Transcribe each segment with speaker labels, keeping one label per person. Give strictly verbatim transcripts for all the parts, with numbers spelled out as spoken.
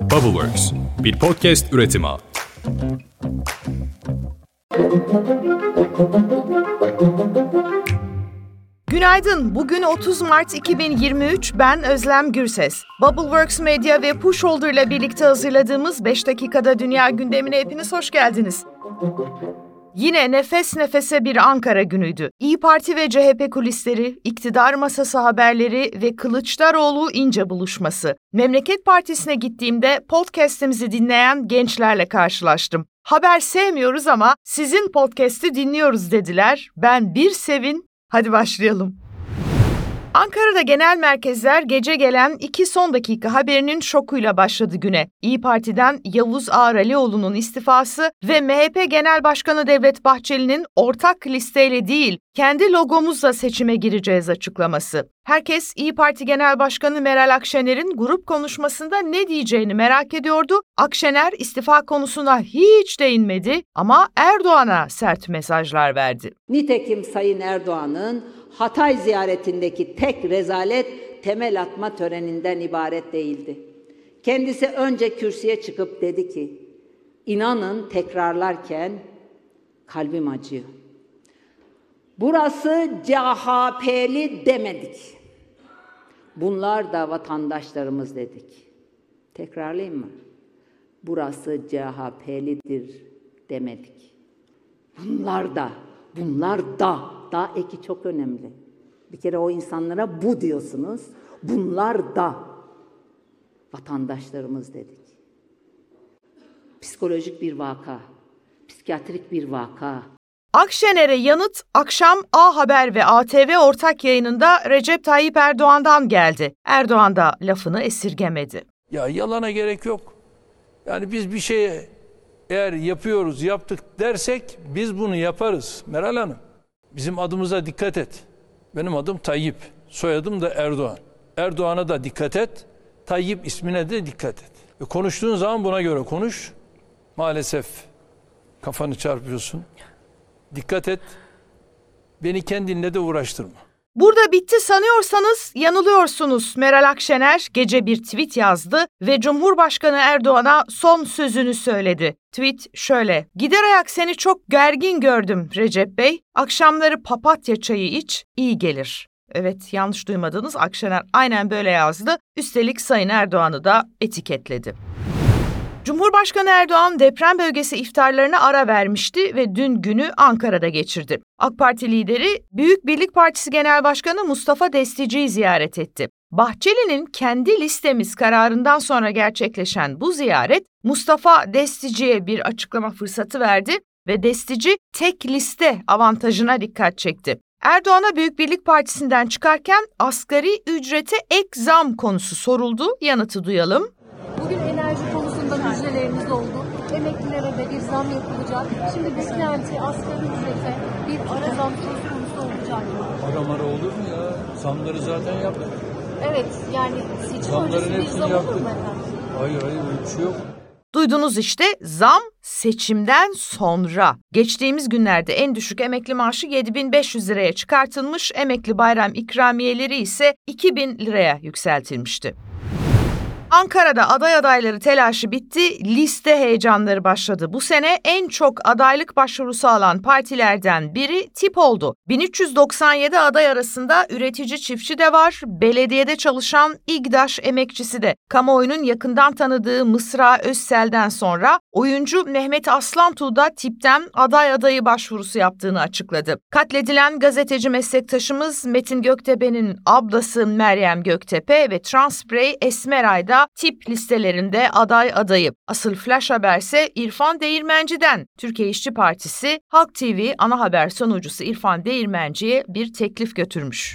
Speaker 1: Bubbleworks, bir podcast üretimi.
Speaker 2: Günaydın. Bugün otuz Mart iki bin yirmi üç. Ben Özlem Gürses. Bubbleworks Medya ve Pushholder ile birlikte hazırladığımız beş dakikada dünya gündemine hepiniz hoş geldiniz. Yine nefes nefese bir Ankara günüydü. İYİ Parti ve C H P kulisleri, iktidar masası haberleri ve Kılıçdaroğlu İnce buluşması. Memleket Partisi'ne gittiğimde podcast'imizi dinleyen gençlerle karşılaştım. Haber sevmiyoruz ama sizin podcast'i dinliyoruz dediler. Ben bir sevin, hadi başlayalım. Ankara'da genel merkezler gece gelen iki son dakika haberinin şokuyla başladı güne. İYİ Parti'den Yavuz Ağralioğlu'nun istifası ve M H P Genel Başkanı Devlet Bahçeli'nin ortak listeyle değil, kendi logomuzla seçime gireceğiz açıklaması. Herkes İYİ Parti Genel Başkanı Meral Akşener'in grup konuşmasında ne diyeceğini merak ediyordu. Akşener istifa konusuna hiç değinmedi ama Erdoğan'a sert mesajlar verdi.
Speaker 3: Nitekim Sayın Erdoğan'ın Hatay ziyaretindeki tek rezalet temel atma töreninden ibaret değildi. Kendisi önce kürsüye çıkıp dedi ki, inanın tekrarlarken kalbim acıyor. Burası C H P'li demedik. Bunlar da vatandaşlarımız dedik. Tekrarlayayım mı? Burası C H P'lidir demedik. Bunlar da, bunlar da, da eki çok önemli. Bir kere o insanlara bu diyorsunuz. Bunlar da vatandaşlarımız dedik. Psikolojik bir vaka, psikiyatrik bir vaka.
Speaker 2: Akşener'e yanıt akşam A Haber ve A T V ortak yayınında Recep Tayyip Erdoğan'dan geldi. Erdoğan da lafını esirgemedi.
Speaker 4: Ya yalana gerek yok. Yani biz bir şeye eğer yapıyoruz, yaptık dersek biz bunu yaparız Meral Hanım. Bizim adımıza dikkat et. Benim adım Tayyip, soyadım da Erdoğan. Erdoğan'a da dikkat et, Tayyip ismine de dikkat et. Ve konuştuğun zaman buna göre konuş. Maalesef kafanı çarpıyorsun. Dikkat et, beni kendinle de uğraştırma.
Speaker 2: Burada bitti sanıyorsanız yanılıyorsunuz. Meral Akşener gece bir tweet yazdı ve Cumhurbaşkanı Erdoğan'a son sözünü söyledi. Tweet şöyle: "Gider ayak seni çok gergin gördüm Recep Bey. Akşamları papatya çayı iç, iyi gelir." Evet, yanlış duymadınız. Akşener aynen böyle yazdı. Üstelik Sayın Erdoğan'ı da etiketledi. Cumhurbaşkanı Erdoğan deprem bölgesi iftarlarına ara vermişti ve dün günü Ankara'da geçirdi. AK Parti lideri Büyük Birlik Partisi Genel Başkanı Mustafa Destici'yi ziyaret etti. Bahçeli'nin kendi listemiz kararından sonra gerçekleşen bu ziyaret Mustafa Destici'ye bir açıklama fırsatı verdi ve Destici tek liste avantajına dikkat çekti. Erdoğan'a Büyük Birlik Partisi'nden çıkarken asgari ücrete ek zam konusu soruldu. Yanıtı duyalım.
Speaker 5: Bugün enerji konusunda müjdelerimiz oldu. Emeklilere de bir zam yapılacak. Şimdi beklenti asgari ücrete bir ara zam söz konusu olacak.
Speaker 4: Ara mara olur mu ya? Zamları zaten yaptık.
Speaker 5: Evet, yani seçim
Speaker 4: Zamların
Speaker 5: öncesi bir
Speaker 4: hepsini
Speaker 5: zam olur
Speaker 4: yaptık.
Speaker 5: mu efendim?
Speaker 4: Hayır hayır öyle bir şey yok.
Speaker 2: Duydunuz işte, zam seçimden sonra. Geçtiğimiz günlerde en düşük emekli maaşı yedi bin beş yüz liraya çıkartılmış, emekli bayram ikramiyeleri ise iki bin liraya yükseltilmişti. Ankara'da aday adayları telaşı bitti, liste heyecanları başladı. Bu sene en çok adaylık başvurusu alan partilerden biri TİP oldu. bin üç yüz doksan yedi aday arasında üretici çiftçi de var, belediyede çalışan İGDAŞ emekçisi de. Kamuoyunun yakından tanıdığı Mısra Özsel'den sonra oyuncu Mehmet Aslantuğ da TİP'ten aday adayı başvurusu yaptığını açıkladı. Katledilen gazeteci meslektaşımız Metin Göktepe'nin ablası Meryem Göktepe ve Transprey Esmeray da TİP listelerinde aday adayı. Asıl flash haberse İrfan Değirmenci'den. Türkiye İşçi Partisi, Halk T V ana haber sunucusu İrfan Değirmenci'ye bir teklif götürmüş.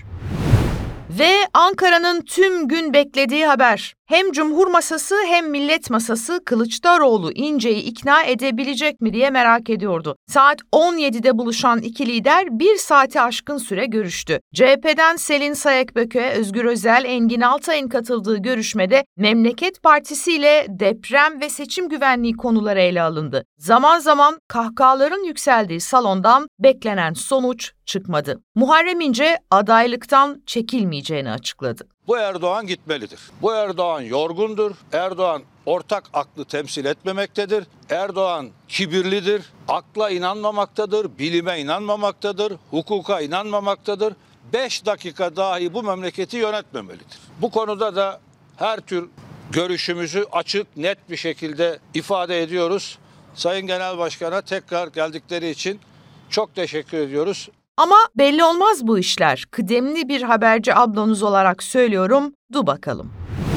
Speaker 2: Ve Ankara'nın tüm gün beklediği haber. Hem Cumhur Masası hem Millet Masası Kılıçdaroğlu İnce'yi ikna edebilecek mi diye merak ediyordu. Saat on yedide buluşan iki lider bir saati aşkın süre görüştü. C H P'den Selin Sayekböke, Özgür Özel, Engin Altay'ın katıldığı görüşmede Memleket Partisi ile deprem ve seçim güvenliği konuları ele alındı. Zaman zaman kahkahaların yükseldiği salondan beklenen sonuç çıkmadı. Muharrem İnce adaylıktan çekilmeyeceğini açıkladı.
Speaker 6: Bu Erdoğan gitmelidir. Bu Erdoğan yorgundur. Erdoğan ortak aklı temsil etmemektedir. Erdoğan kibirlidir, akla inanmamaktadır, bilime inanmamaktadır, hukuka inanmamaktadır. Beş dakika dahi bu memleketi yönetmemelidir. Bu konuda da her tür görüşümüzü açık, net bir şekilde ifade ediyoruz. Sayın Genel Başkan'a tekrar geldikleri için çok teşekkür ediyoruz.
Speaker 2: Ama belli olmaz bu işler. Kıdemli bir haberci ablanız olarak söylüyorum, dur bakalım.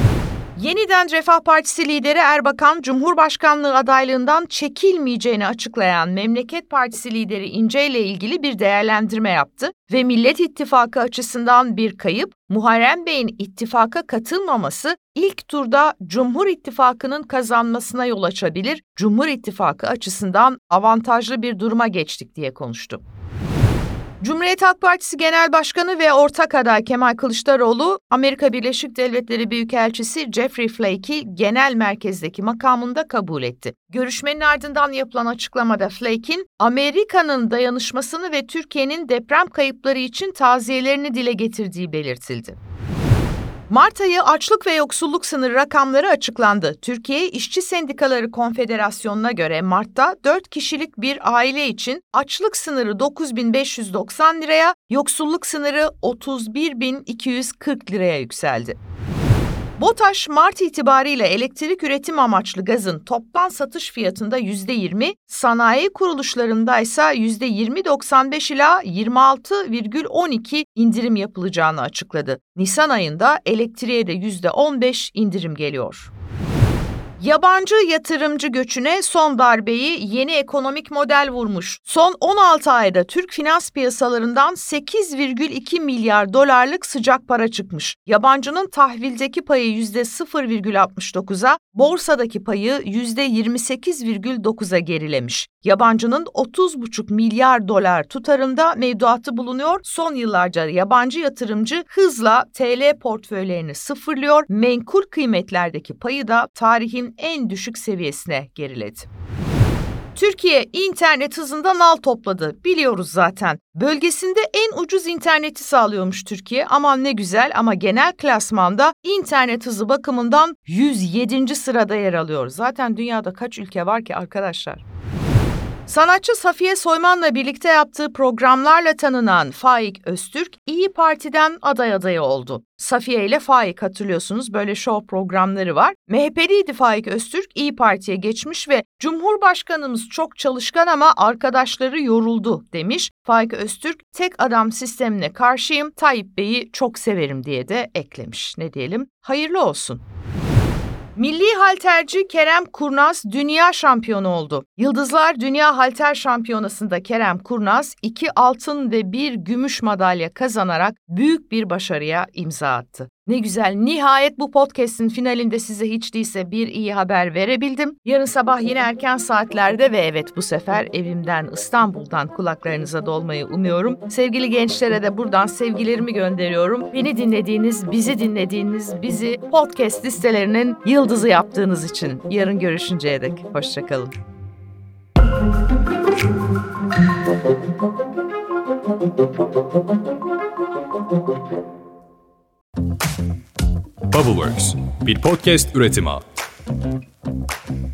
Speaker 2: Yeniden Refah Partisi lideri Erbakan, Cumhurbaşkanlığı adaylığından çekilmeyeceğini açıklayan Memleket Partisi lideri İnce ile ilgili bir değerlendirme yaptı ve Millet İttifakı açısından bir kayıp, Muharrem Bey'in ittifaka katılmaması ilk turda Cumhur İttifakı'nın kazanmasına yol açabilir, Cumhur İttifakı açısından avantajlı bir duruma geçtik diye konuştu. Cumhuriyet Halk Partisi Genel Başkanı ve ortak aday Kemal Kılıçdaroğlu, Amerika Birleşik Devletleri Büyükelçisi Jeffrey Flake'i genel merkezdeki makamında kabul etti. Görüşmenin ardından yapılan açıklamada Flake'in Amerika'nın dayanışmasını ve Türkiye'nin deprem kayıpları için taziyelerini dile getirdiği belirtildi. Mart ayı açlık ve yoksulluk sınırı rakamları açıklandı. Türkiye İşçi Sendikaları Konfederasyonu'na göre Mart'ta dört kişilik bir aile için açlık sınırı dokuz bin beş yüz doksan liraya, yoksulluk sınırı otuz bir bin iki yüz kırk liraya yükseldi. BOTAŞ, Mart itibariyle elektrik üretim amaçlı gazın toptan satış fiyatında yüzde yirmi, sanayi kuruluşlarında ise yüzde yirmi virgül doksan beş ila yirmi altı virgül on iki indirim yapılacağını açıkladı. Nisan ayında elektriğe de yüzde on beş indirim geliyor. Yabancı yatırımcı göçüne son darbeyi yeni ekonomik model vurmuş. Son on altı ayda Türk finans piyasalarından sekiz virgül iki milyar dolarlık sıcak para çıkmış. Yabancının tahvildeki payı yüzde sıfır virgül altmış dokuza, borsadaki payı yüzde yirmi sekiz virgül dokuza gerilemiş. Yabancının otuz buçuk milyar dolar tutarında mevduatı bulunuyor. Son yıllarca yabancı yatırımcı hızla T L portföylerini sıfırlıyor. Menkul kıymetlerdeki payı da tarihin en düşük seviyesine geriledi. Türkiye internet hızında nal topladı. Biliyoruz zaten. Bölgesinde en ucuz interneti sağlıyormuş Türkiye. Aman ne güzel, ama genel klasmanda internet hızı bakımından yüz yedinci sırada yer alıyor. Zaten dünyada kaç ülke var ki arkadaşlar? Sanatçı Safiye Soyman'la birlikte yaptığı programlarla tanınan Faik Öztürk, İyi Parti'den aday adayı oldu. Safiye ile Faik, hatırlıyorsunuz, böyle show programları var. M H P'liydi Faik Öztürk, İyi Parti'ye geçmiş ve Cumhurbaşkanımız çok çalışkan ama arkadaşları yoruldu demiş. Faik Öztürk, tek adam sistemine karşıyım, Tayyip Bey'i çok severim diye de eklemiş. Ne diyelim? Hayırlı olsun. Milli halterci Kerem Kurnaz dünya şampiyonu oldu. Yıldızlar Dünya Halter Şampiyonası'nda Kerem Kurnaz iki altın ve bir gümüş madalya kazanarak büyük bir başarıya imza attı. Ne güzel, nihayet bu podcast'in finalinde size hiç değilse bir iyi haber verebildim. Yarın sabah yine erken saatlerde ve evet, bu sefer evimden, İstanbul'dan kulaklarınıza dolmayı umuyorum. Sevgili gençlere de buradan sevgilerimi gönderiyorum. Beni dinlediğiniz, bizi dinlediğiniz, bizi podcast listelerinin yıldızı yaptığınız için. Yarın görüşünceye dek hoşçakalın.
Speaker 1: Bubbleworks, bir podcast üretimi.